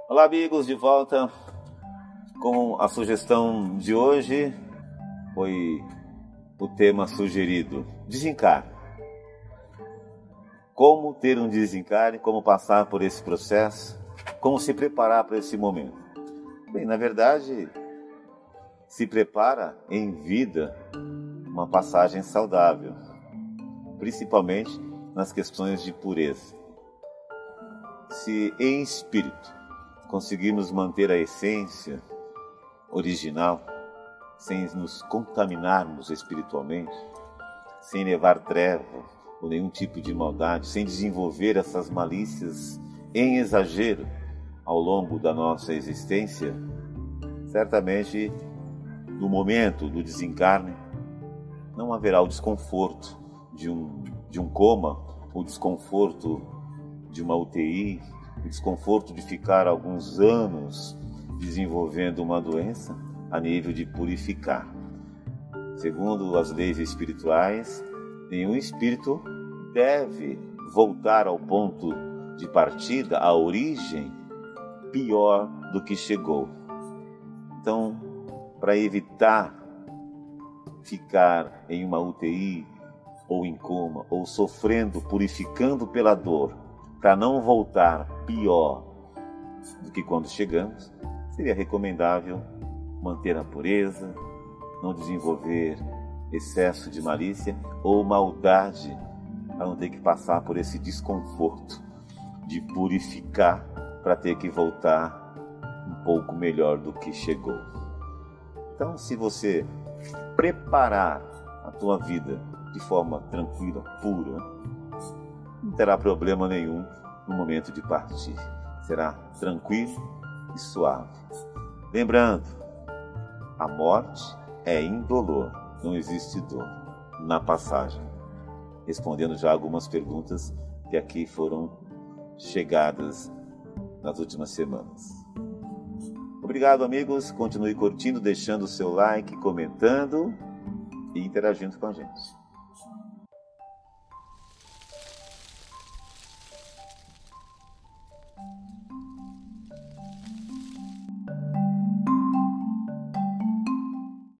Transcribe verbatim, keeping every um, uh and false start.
Olá, amigos, de volta com a sugestão de hoje. Foi o tema sugerido: desencarne. Como ter um desencarne, como passar por esse processo, como se preparar para esse momento. Bem, na verdade, se prepara em vida uma passagem saudável, principalmente nas questões de pureza. Se em espírito conseguirmos manter a essência original, sem nos contaminarmos espiritualmente, sem levar treva ou nenhum tipo de maldade, sem desenvolver essas malícias em exagero ao longo da nossa existência, certamente no momento do desencarne não haverá o desconforto de um, de um coma, o desconforto de uma U T I, o desconforto de ficar alguns anos desenvolvendo uma doença a nível de purificar. Segundo as leis espirituais, nenhum espírito deve voltar ao ponto de partida, à origem, pior do que chegou. Então, para evitar ficar em uma U T I, ou em coma, ou sofrendo, purificando pela dor, para não voltar pior do que quando chegamos, seria recomendável manter a pureza, não desenvolver excesso de malícia ou maldade, para não ter que passar por esse desconforto de purificar para ter que voltar um pouco melhor do que chegou. Então, se você preparar a tua vida de forma tranquila, pura, não terá problema nenhum no momento de partir. Será tranquilo e suave. Lembrando, a morte é indolor, não existe dor na passagem. Respondendo já algumas perguntas que aqui foram chegadas nas últimas semanas. Obrigado, amigos. Continue curtindo, deixando o seu like, comentando e interagindo com a gente.